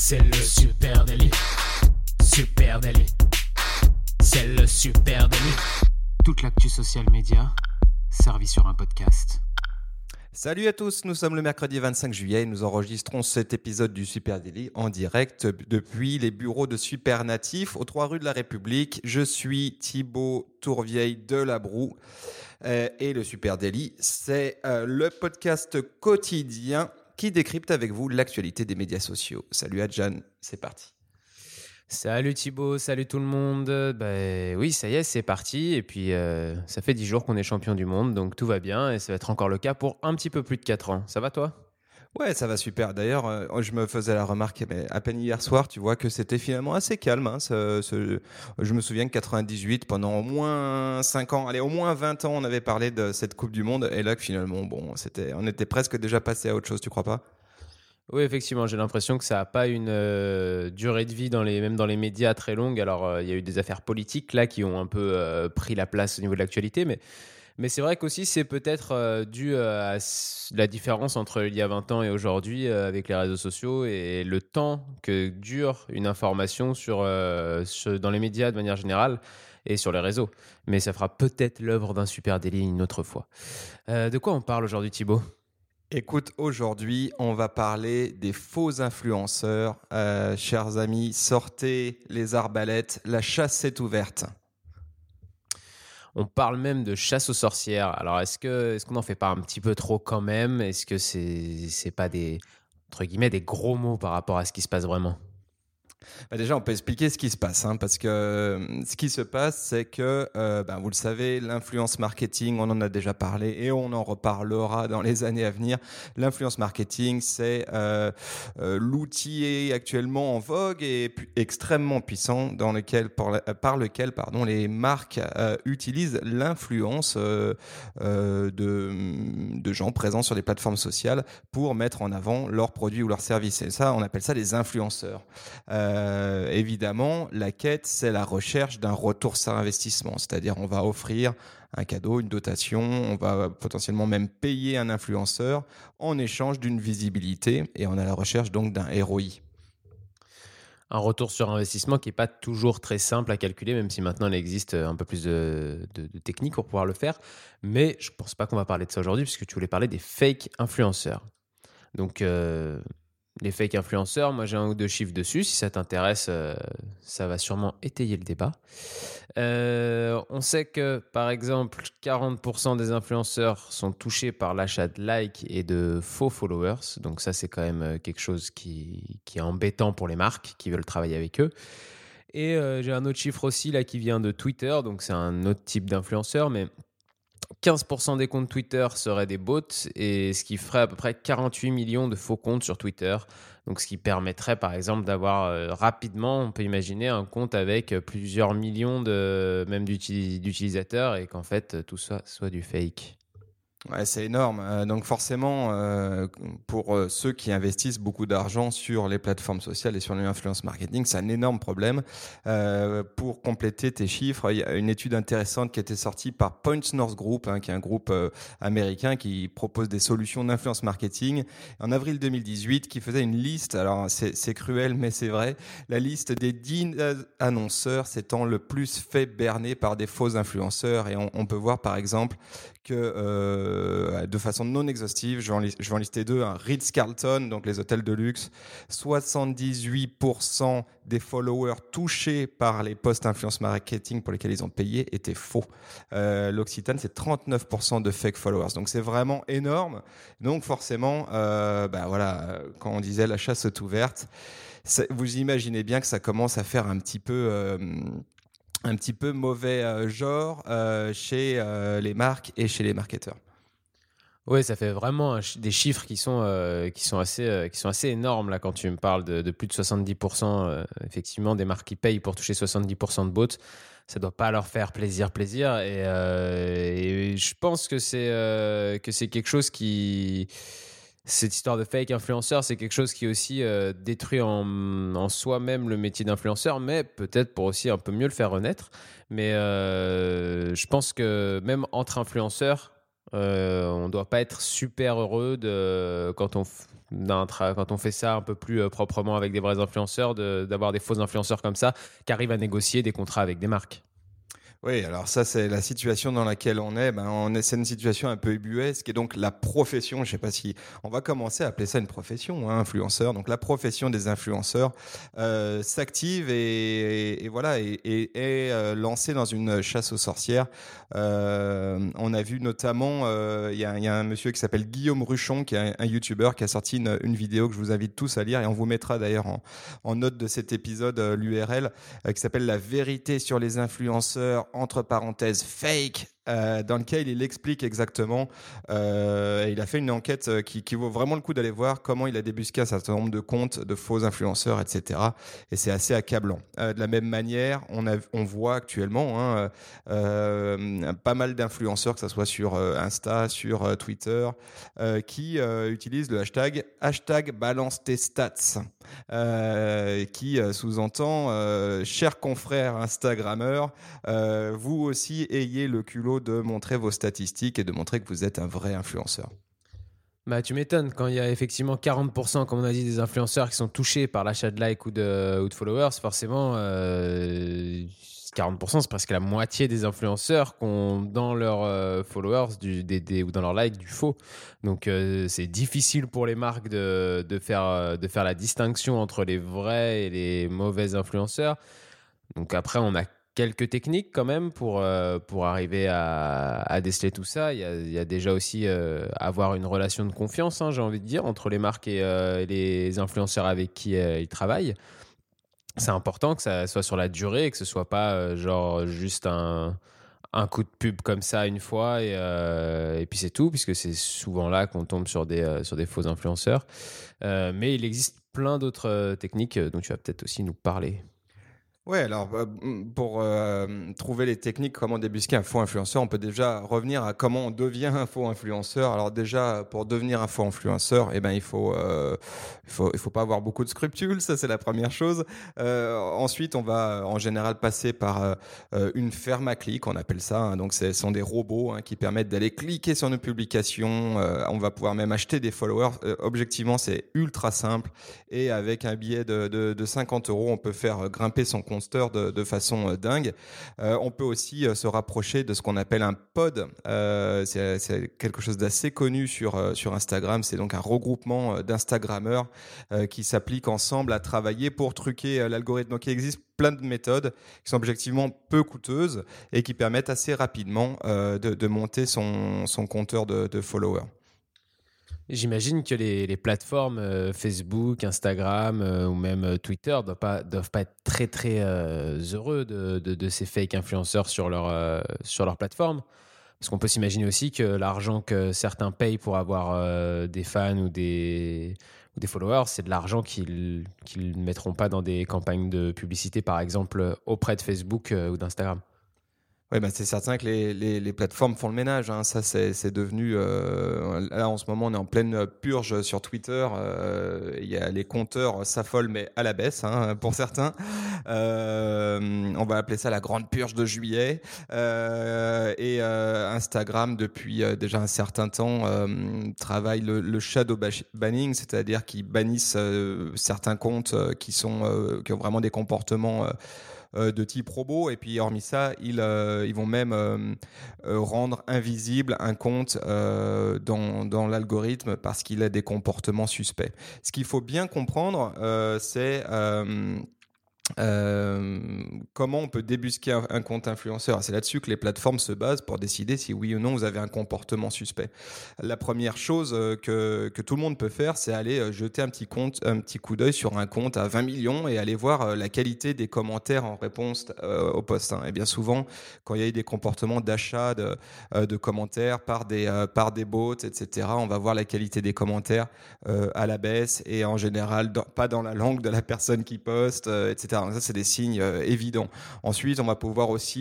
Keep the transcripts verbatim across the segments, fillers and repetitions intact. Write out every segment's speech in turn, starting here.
C'est le Super Daily. Super Daily. C'est le Super Daily. Toute l'actu social média servie sur un podcast. Salut à tous, nous sommes le mercredi vingt-cinq juillet et nous enregistrons cet épisode du Super Daily en direct depuis les bureaux de Supernatif aux trois rues de la République. Je suis Thibaut Tourvieille de Labroue euh, et le Super Daily, c'est euh, le podcast quotidien qui décrypte avec vous l'actualité des médias sociaux. Salut Adjan, c'est parti. Salut Thibaut, salut tout le monde. Ben oui, ça y est, c'est parti. Et puis, euh, ça fait dix jours qu'on est champion du monde, donc tout va bien. Et ça va être encore le cas pour un petit peu plus de quatre ans. Ça va toi ? Ouais, ça va super. D'ailleurs, euh, je me faisais la remarque mais à peine hier soir, tu vois que c'était finalement assez calme. Hein, ce, ce, je me souviens que quatre-vingt-dix-huit, pendant au moins cinq ans, allez, au moins vingt ans, on avait parlé de cette Coupe du Monde. Et là, que finalement, bon, c'était, on était presque déjà passé à autre chose, tu crois pas ? Oui, effectivement, j'ai l'impression que ça n'a pas une euh, durée de vie, dans les, même dans les médias, très longue. Alors, euh, il y a eu des affaires politiques là qui ont un peu euh, pris la place au niveau de l'actualité, mais, mais c'est vrai qu'aussi c'est peut-être euh, dû à la différence entre il y a vingt ans et aujourd'hui euh, avec les réseaux sociaux et le temps que dure une information sur, euh, sur, dans les médias de manière générale et sur les réseaux. Mais ça fera peut-être l'œuvre d'un Super Daily une autre fois. Euh, de quoi on parle aujourd'hui, Thibaut ? Écoute, aujourd'hui, on va parler des faux influenceurs. Euh, chers amis, sortez les arbalètes, la chasse est ouverte. On parle même de chasse aux sorcières. Alors, est-ce que, est-ce qu'on n'en fait pas un petit peu trop quand même ? Est-ce que c'est, c'est pas des, entre guillemets, des gros mots par rapport à ce qui se passe vraiment ? Bah déjà, on peut expliquer ce qui se passe, hein, parce que euh, ce qui se passe, c'est que, euh, ben, vous le savez, l'influence marketing, on en a déjà parlé et on en reparlera dans les années à venir. L'influence marketing, c'est euh, euh, l'outil actuellement en vogue et pu- extrêmement puissant dans lequel, par, la- par lequel pardon, les marques euh, utilisent l'influence euh, euh, de, de gens présents sur des plateformes sociales pour mettre en avant leurs produits ou leurs services. Et ça, on appelle ça des influenceurs. Euh, Euh, évidemment, la quête, c'est la recherche d'un retour sur investissement. C'est-à-dire, on va offrir un cadeau, une dotation, on va potentiellement même payer un influenceur en échange d'une visibilité et on a la recherche donc d'un R O I. Un retour sur investissement qui n'est pas toujours très simple à calculer, même si maintenant il existe un peu plus de, de, de techniques pour pouvoir le faire. Mais je ne pense pas qu'on va parler de ça aujourd'hui, puisque tu voulais parler des fake influenceurs. Donc, euh, les fake influenceurs, moi j'ai un ou deux chiffres dessus. Si ça t'intéresse, euh, ça va sûrement étayer le débat. Euh, on sait que, par exemple, quarante pour cent des influenceurs sont touchés par l'achat de likes et de faux followers. Donc ça, c'est quand même quelque chose qui, qui est embêtant pour les marques qui veulent travailler avec eux. Et euh, j'ai un autre chiffre aussi là qui vient de Twitter. Donc c'est un autre type d'influenceur, mais quinze pour cent des comptes Twitter seraient des bots, et ce qui ferait à peu près quarante-huit millions de faux comptes sur Twitter. Donc, ce qui permettrait, par exemple, d'avoir euh, rapidement, on peut imaginer, un compte avec plusieurs millions de, même d'util- d'utilisateurs et qu'en fait, tout ça soit du fake. Ouais, c'est énorme. Euh, donc forcément, euh, pour euh, ceux qui investissent beaucoup d'argent sur les plateformes sociales et sur l'influence marketing, c'est un énorme problème. Euh, pour compléter tes chiffres, il y a une étude intéressante qui a été sortie par Points North Group, hein, qui est un groupe euh, américain qui propose des solutions d'influence marketing. En avril deux mille dix-huit, qui faisait une liste, alors c'est, c'est cruel mais c'est vrai, la liste des dix annonceurs s'étant le plus fait berner par des faux influenceurs. Et on, on peut voir par exemple que euh, de façon non exhaustive, je vais en, li- je vais en lister deux, hein. Ritz-Carlton, donc les hôtels de luxe, soixante-dix-huit pour cent des followers touchés par les posts influence marketing pour lesquels ils ont payé étaient faux. Euh, L'Occitane, c'est trente-neuf pour cent de fake followers, donc c'est vraiment énorme. Donc forcément, euh, bah voilà, quand on disait la chasse est ouverte, vous imaginez bien que ça commence à faire un petit peu... Euh, un petit peu mauvais euh, genre euh, chez euh, les marques et chez les marketeurs. Oui, ça fait vraiment un ch- des chiffres qui sont, euh, qui sont, assez, euh, qui sont assez énormes là, quand tu me parles de, de plus de soixante-dix pour cent euh, effectivement, des marques qui payent pour toucher soixante-dix pour cent de bots. Ça ne doit pas leur faire plaisir, plaisir. Et, euh, et je pense que c'est, euh, que c'est quelque chose qui... Cette histoire de fake influenceur, c'est quelque chose qui aussi euh, détruit en, en soi-même le métier d'influenceur, mais peut-être pour aussi un peu mieux le faire renaître. Mais euh, je pense que même entre influenceurs, Euh, on ne doit pas être super heureux de, quand, on f- d'un tra- quand on fait ça un peu plus euh, proprement avec des vrais influenceurs, de- d'avoir des faux influenceurs comme ça qui arrivent à négocier des contrats avec des marques. Oui, alors ça, c'est la situation dans laquelle on est. Ben, on est, c'est une situation un peu ubuesque et donc la profession, je sais pas si on va commencer à appeler ça une profession, hein, influenceur. Donc la profession des influenceurs euh, s'active et, et, et voilà et, et est euh, lancée dans une chasse aux sorcières. Euh, on a vu notamment, euh, il y, a, y a un monsieur qui s'appelle Guillaume Ruchon, qui est un, un YouTuber, qui a sorti une, une vidéo que je vous invite tous à lire et on vous mettra d'ailleurs en, en note de cet épisode euh, l'U R L euh, qui s'appelle La vérité sur les influenceurs entre parenthèses fake, euh, dans lequel il explique exactement, euh, il a fait une enquête euh, qui, qui vaut vraiment le coup d'aller voir comment il a débusqué un certain nombre de comptes de faux influenceurs, et cetera. Et c'est assez accablant. Euh, de la même manière, on, a, on voit actuellement hein, euh, pas mal d'influenceurs, que ce soit sur euh, Insta, sur euh, Twitter, euh, qui euh, utilisent le hashtag, hashtag balance tes stats. Euh, qui euh, sous-entend euh, chers confrères Instagrammeurs, euh, vous aussi ayez le culot de montrer vos statistiques et de montrer que vous êtes un vrai influenceur. Bah, tu m'étonnes, quand il y a effectivement quarante pour cent, comme on a dit, des influenceurs qui sont touchés par l'achat de likes ou de, ou de followers, forcément, euh, quarante pour cent, c'est presque la moitié des influenceurs qui ont dans leurs euh, followers du, des, des, ou dans leurs likes du faux. Donc, euh, c'est difficile pour les marques de, de, faire, de faire la distinction entre les vrais et les mauvais influenceurs. Donc, après, on a quelques techniques quand même pour, euh, pour arriver à, à déceler tout ça. Il y a, il y a déjà aussi euh, avoir une relation de confiance, hein, j'ai envie de dire, entre les marques et, euh, et les influenceurs avec qui euh, ils travaillent. C'est important que ça soit sur la durée et que ce soit pas euh, genre juste un, un coup de pub comme ça une fois et, euh, et puis c'est tout, puisque c'est souvent là qu'on tombe sur des, euh, sur des faux influenceurs. Euh, mais il existe plein d'autres euh, techniques euh, dont tu vas peut-être aussi nous parler. Ouais, alors euh, pour euh, trouver les techniques, comment débusquer un faux influenceur, on peut déjà revenir à comment on devient un faux influenceur. Alors déjà, pour devenir un faux influenceur, eh ben il faut, euh, il faut, il faut pas avoir beaucoup de scrupules, ça c'est la première chose. Euh, ensuite, on va en général passer par euh, une ferme à clics, on appelle ça. Hein. Donc ce sont des robots hein, qui permettent d'aller cliquer sur nos publications. Euh, on va pouvoir même acheter des followers. Euh, objectivement, c'est ultra simple et avec un billet de, de, de cinquante euros, on peut faire grimper son compte De, de façon euh, dingue. Euh, on peut aussi euh, se rapprocher de ce qu'on appelle un pod. Euh, c'est, c'est quelque chose d'assez connu sur, euh, sur Instagram. C'est donc un regroupement euh, d'Instagrammeurs euh, qui s'appliquent ensemble à travailler pour truquer euh, l'algorithme. Donc il existe plein de méthodes qui sont objectivement peu coûteuses et qui permettent assez rapidement euh, de, de monter son, son compteur de, de followers. J'imagine que les, les plateformes euh, Facebook, Instagram euh, ou même euh, Twitter ne doivent pas, doivent pas être très très euh, heureux de, de, de ces fake influenceurs sur leur, euh, sur leur plateforme. Parce qu'on peut s'imaginer aussi que l'argent que certains payent pour avoir euh, des fans ou des, ou des followers, c'est de l'argent qu'ils qu'ils ne mettront pas dans des campagnes de publicité, par exemple, auprès de Facebook euh, ou d'Instagram. Oui, bah c'est certain que les, les, les plateformes font le ménage. Hein. Ça, c'est, c'est devenu. Euh, là, en ce moment, on est en pleine purge sur Twitter. Euh, il y a les compteurs s'affolent, mais à la baisse, hein, pour certains. Euh, on va appeler ça la grande purge de juillet. Euh, et euh, Instagram, depuis euh, déjà un certain temps, euh, travaille le, le shadow banning, c'est-à-dire qu'ils bannissent euh, certains comptes euh, qui sont euh, qui ont vraiment des comportements euh, de type robot, et puis hormis ça, ils, euh, ils vont même euh, euh, rendre invisible un compte euh, dans, dans l'algorithme parce qu'il a des comportements suspects. Ce qu'il faut bien comprendre, euh, c'est euh, Euh, comment on peut débusquer un, un compte influenceur. C'est là-dessus que les plateformes se basent pour décider si oui ou non vous avez un comportement suspect. La première chose que, que tout le monde peut faire, c'est aller jeter un petit, compte, un petit coup d'œil sur un compte à vingt millions et aller voir la qualité des commentaires en réponse euh, au post. Hein. Et bien souvent, quand il y a eu des comportements d'achat de, euh, de commentaires par des, euh, par des bots, et cetera, on va voir la qualité des commentaires euh, à la baisse et en général dans, pas dans la langue de la personne qui poste, euh, et cetera. Donc ça, c'est des signes euh, évidents. Ensuite, on va pouvoir aussi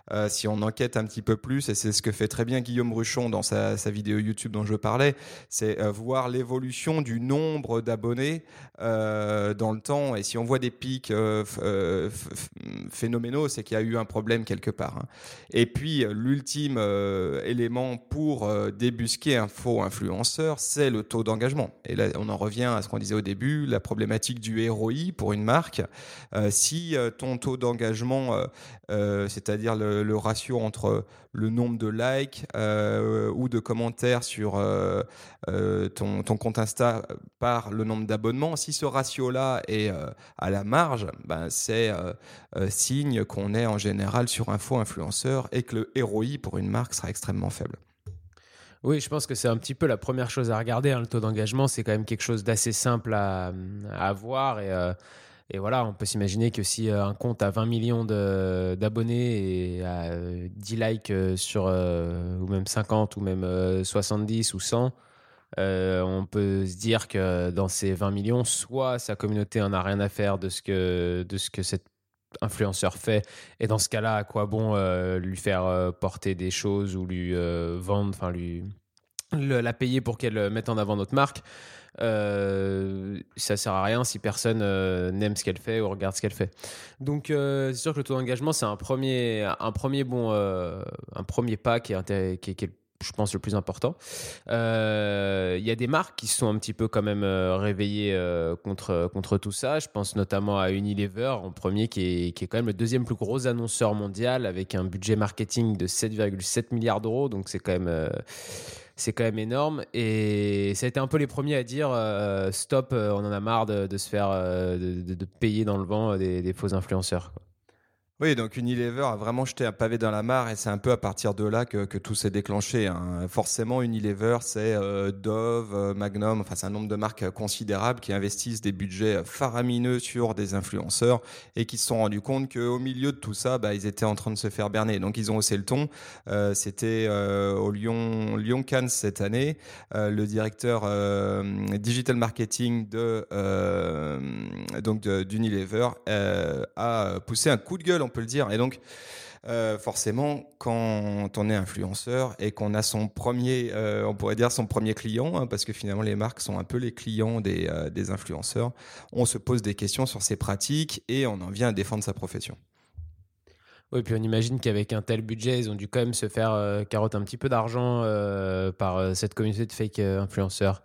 euh, si on enquête un petit peu plus, et c'est ce que fait très bien Guillaume Ruchon dans sa, sa vidéo YouTube dont je parlais, c'est euh, voir l'évolution du nombre d'abonnés euh, dans le temps. Et si on voit des pics euh, f- euh, f- phénoménaux, c'est qu'il y a eu un problème quelque part. Hein. Et puis, l'ultime euh, élément pour euh, débusquer un faux influenceur, c'est le taux d'engagement. Et là, on en revient à ce qu'on disait au début, la problématique du R O I pour une marque. Euh, si euh, ton taux d'engagement, euh, euh, c'est-à-dire le, le ratio entre le nombre de likes euh, ou de commentaires sur euh, euh, ton, ton compte Insta par le nombre d'abonnements, si ce ratio-là est euh, à la marge, ben c'est euh, euh, signe qu'on est en général sur un faux influenceur et que le R O I pour une marque sera extrêmement faible. Oui, je pense que c'est un petit peu la première chose à regarder. Hein. Le taux d'engagement, c'est quand même quelque chose d'assez simple à, à avoir. Et, euh, et voilà, on peut s'imaginer que si euh, un compte a vingt millions de, d'abonnés et a euh, dix likes euh, sur, euh, ou même cinquante, ou même euh, soixante-dix ou cent, euh, on peut se dire que dans ces vingt millions, soit sa communauté en a rien à faire de ce que, de ce que cet influenceur fait, et dans ce cas-là, à quoi bon euh, lui faire euh, porter des choses ou lui euh, vendre, enfin lui le- la payer pour qu'elle euh, mette en avant notre marque. Euh, ça sert à rien si personne euh, n'aime ce qu'elle fait ou regarde ce qu'elle fait. Donc euh, c'est sûr que le taux d'engagement, c'est un premier, un premier bon, euh, un premier pas qui est, intér- qui est, qui est, je pense, le plus important. Euh, Il y a des marques qui se sont un petit peu quand même euh, réveillées euh, contre, contre tout ça. Je pense notamment à Unilever en premier, qui est, qui est quand même le deuxième plus gros annonceur mondial avec un budget marketing de sept virgule sept milliards d'euros. Donc c'est quand même... Euh, c'est quand même énorme, et ça a été un peu les premiers à dire euh, stop, euh, on en a marre de, de se faire euh, de, de- de payer dans le vent des, des faux influenceurs, quoi. Oui, donc Unilever a vraiment jeté un pavé dans la mare et c'est un peu à partir de là que, que tout s'est déclenché. Hein. Forcément, Unilever, c'est euh, Dove, euh, Magnum, enfin c'est un nombre de marques considérables qui investissent des budgets faramineux sur des influenceurs et qui se sont rendus compte qu'au milieu de tout ça, bah, ils étaient en train de se faire berner. Donc ils ont haussé le ton. Euh, c'était euh, au Lyon, Lyon Cannes cette année. Euh, le directeur euh, digital marketing de, euh, donc de, d'Unilever euh, a poussé un coup de gueule, on peut le dire. Et donc, euh, forcément, quand on est influenceur et qu'on a son premier, euh, on pourrait dire son premier client, hein, parce que finalement les marques sont un peu les clients des, euh, des influenceurs, on se pose des questions sur ses pratiques et on en vient à défendre sa profession. Oui, puis on imagine qu'avec un tel budget, ils ont dû quand même se faire euh, carotte un petit peu d'argent euh, par euh, cette communauté de fake euh, influenceurs.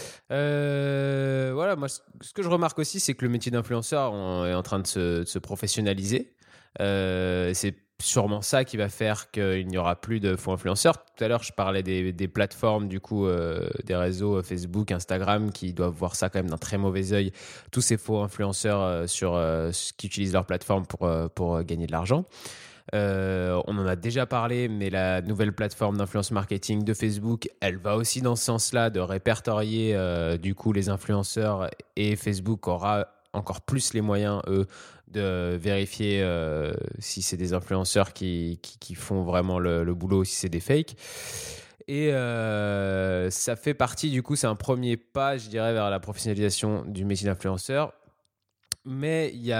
Euh, voilà, moi, ce ce que je remarque aussi, c'est que le métier d'influenceur on est en train de se, de se professionnaliser. Euh, c'est sûrement ça qui va faire qu'il n'y aura plus de faux influenceurs. Tout à l'heure, je parlais des, des plateformes, du coup, euh, des réseaux euh, Facebook, Instagram, qui doivent voir ça quand même d'un très mauvais œil. Tous ces faux influenceurs euh, sur, euh, qui utilisent leur plateforme pour, euh, pour euh, gagner de l'argent. Euh, on en a déjà parlé, mais la nouvelle plateforme d'influence marketing de Facebook, elle va aussi dans ce sens-là, de répertorier euh, du coup les influenceurs, et Facebook aura encore plus les moyens, eux, de vérifier euh, si c'est des influenceurs qui, qui, qui font vraiment le, le boulot, si c'est des fakes. Et euh, ça fait partie, du coup, c'est un premier pas, je dirais, vers la professionnalisation du métier d'influenceur. Mais il y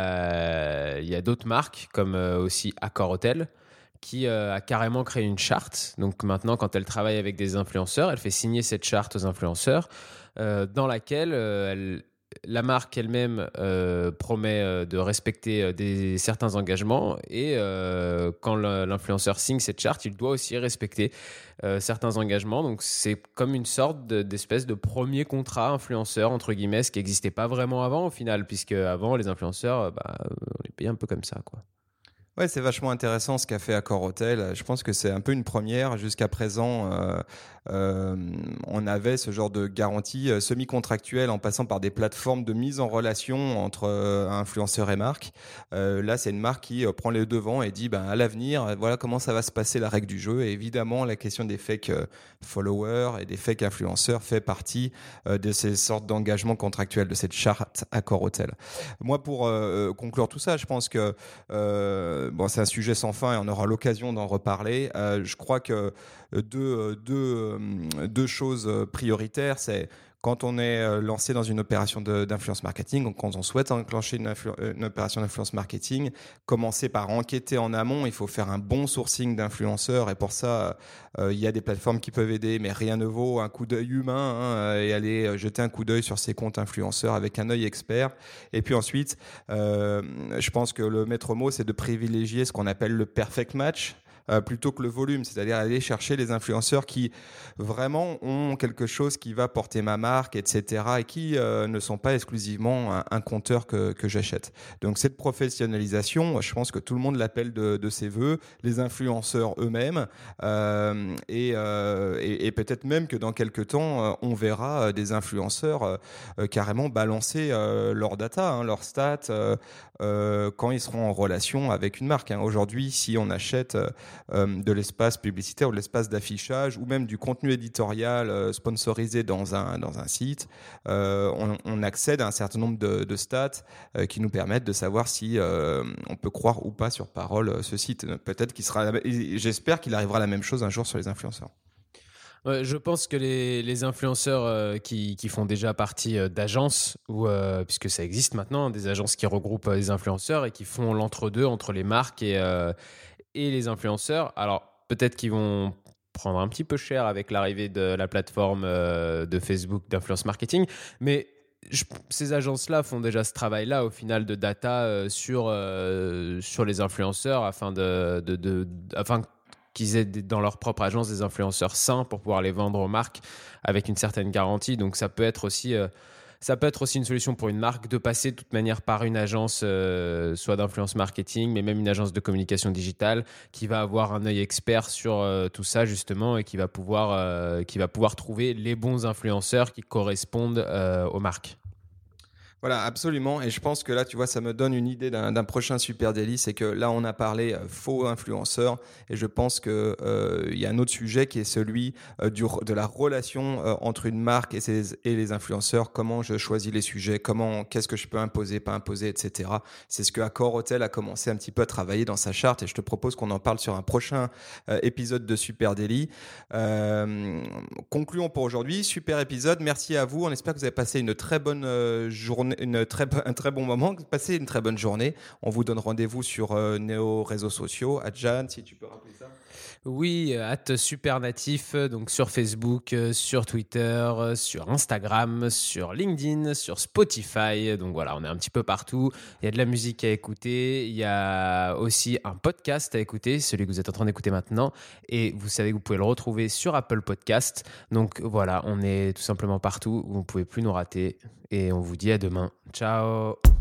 a, il y a d'autres marques, comme euh, aussi Accor Hotel, qui euh, a carrément créé une charte. Donc maintenant, quand elle travaille avec des influenceurs, elle fait signer cette charte aux influenceurs, euh, dans laquelle euh, elle- la marque elle-même euh, promet euh, de respecter euh, des, certains engagements. Et euh, quand le- l'influenceur signe cette charte, il doit aussi respecter euh, certains engagements. Donc c'est comme une sorte de- d'espèce de premier contrat influenceur, entre guillemets, ce qui n'existait pas vraiment avant au final, puisque avant les influenceurs, euh, bah, on les payait un peu comme ça, quoi. Ouais, c'est vachement intéressant ce qu'a fait Accor Hotel. Je pense que c'est un peu une première. Jusqu'à présent, euh, euh, on avait ce genre de garantie euh, semi-contractuelle en passant par des plateformes de mise en relation entre euh, influenceurs et marques. Euh, là, c'est une marque qui euh, prend les devants et dit, ben, à l'avenir, euh, voilà comment ça va se passer, la règle du jeu. Et évidemment, la question des fake euh, followers et des fake influenceurs fait partie euh, de ces sortes d'engagements contractuels, de cette charte Accor Hotel. Moi, pour euh, conclure tout ça, je pense que euh, bon, c'est un sujet sans fin et on aura l'occasion d'en reparler. Euh, je crois que deux, deux, deux choses prioritaires, c'est quand on est euh, lancé dans une opération de, d'influence marketing, quand on souhaite enclencher une, influ- une opération d'influence marketing, commencer par enquêter en amont. Il faut faire un bon sourcing d'influenceurs et pour ça, euh, il y a des plateformes qui peuvent aider, mais rien ne vaut un coup d'œil humain hein, et aller jeter un coup d'œil sur ces comptes influenceurs avec un œil expert. Et puis ensuite, euh, je pense que le maître mot, c'est de privilégier ce qu'on appelle le perfect match. Euh, plutôt que le volume, c'est-à-dire aller chercher les influenceurs qui vraiment ont quelque chose qui va porter ma marque, et cetera, et qui euh, ne sont pas exclusivement un, un compteur que, que j'achète. Donc cette professionnalisation, je pense que tout le monde l'appelle de, de ses voeux, les influenceurs eux-mêmes, euh, et, euh, et, et peut-être même que dans quelques temps, euh, on verra des influenceurs euh, carrément balancer euh, leurs data, hein, leurs stats, euh, euh, quand ils seront en relation avec une marque. Hein. Aujourd'hui, si on achète euh, Euh, de l'espace publicitaire ou de l'espace d'affichage ou même du contenu éditorial euh, sponsorisé dans un, dans un site, euh, on, on accède à un certain nombre de, de stats euh, qui nous permettent de savoir si euh, on peut croire ou pas sur parole euh, ce site. Peut-être qu'il sera, j'espère qu'il arrivera la même chose un jour sur les influenceurs. Ouais, je pense que les, les influenceurs euh, qui, qui font déjà partie euh, d'agences, ou, euh, puisque ça existe maintenant, des agences qui regroupent euh, les influenceurs et qui font l'entre-deux entre les marques et, euh, et les influenceurs. Alors, peut-être qu'ils vont prendre un petit peu cher avec l'arrivée de la plateforme euh, de Facebook d'influence marketing, mais je, ces agences-là font déjà ce travail-là, au final, de data euh, sur, euh, sur les influenceurs afin, de, de, de, de, afin qu'ils aient dans leur propre agence des influenceurs sains pour pouvoir les vendre aux marques avec une certaine garantie. Donc, ça peut être aussi... Euh, Ça peut être aussi une solution pour une marque de passer de toute manière par une agence, euh, soit d'influence marketing, mais même une agence de communication digitale qui va avoir un œil expert sur euh, tout ça justement et qui va pouvoir, euh, qui va pouvoir trouver les bons influenceurs qui correspondent euh, aux marques. Voilà, absolument. Et je pense que là, tu vois, ça me donne une idée d'un, d'un prochain Super Daily. C'est que là, on a parlé euh, faux influenceurs. Et je pense qu'il euh, y a un autre sujet qui est celui euh, du, de la relation euh, entre une marque et, ses, et les influenceurs. Comment je choisis les sujets, comment, qu'est-ce que je peux imposer, pas imposer, et cetera. C'est ce que Accor Hotel a commencé un petit peu à travailler dans sa charte. Et je te propose qu'on en parle sur un prochain euh, épisode de Super Daily. Euh, concluons pour aujourd'hui. Super épisode. Merci à vous. On espère que vous avez passé une très bonne euh, journée. Une très, un très bon moment, passez une très bonne journée. On vous donne rendez-vous sur euh, nos réseaux sociaux. Adjan, si tu peux rappeler ça. Oui, at Supernatif, donc sur Facebook, sur Twitter, sur Instagram, sur LinkedIn, sur Spotify. Donc voilà, on est un petit peu partout. Il y a de la musique à écouter. Il y a aussi un podcast à écouter, celui que vous êtes en train d'écouter maintenant. Et vous savez que vous pouvez le retrouver sur Apple Podcast. Donc voilà, on est tout simplement partout. Vous ne pouvez plus nous rater. Et on vous dit à demain. Ciao!